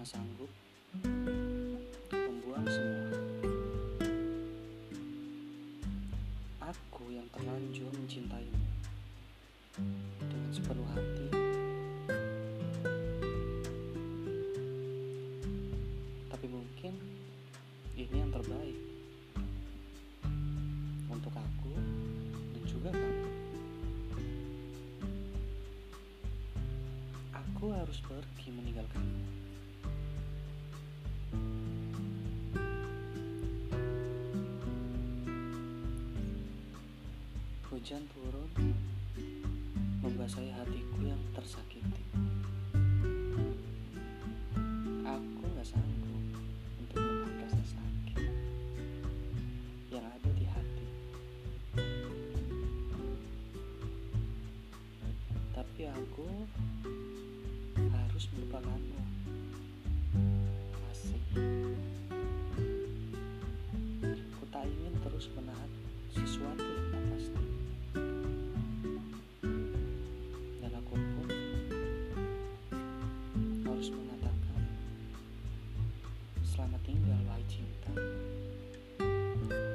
pernah sanggup membuang semua. Aku yang terlanjur mencintaimu dengan sepenuh hati, tapi mungkin ini yang terbaik untuk aku dan juga kamu. Aku harus pergi meninggalkanmu. Hujan turun membasahi hatiku yang tersakiti. Aku gak sanggup untuk menahan rasa sakit yang ada di hati. Tapi aku harus melupakanmu. Asik. Ku tak ingin terus menahan sesuatu yang tak pasti. Dan aku pun harus mengatakan selamat tinggal wahai cinta.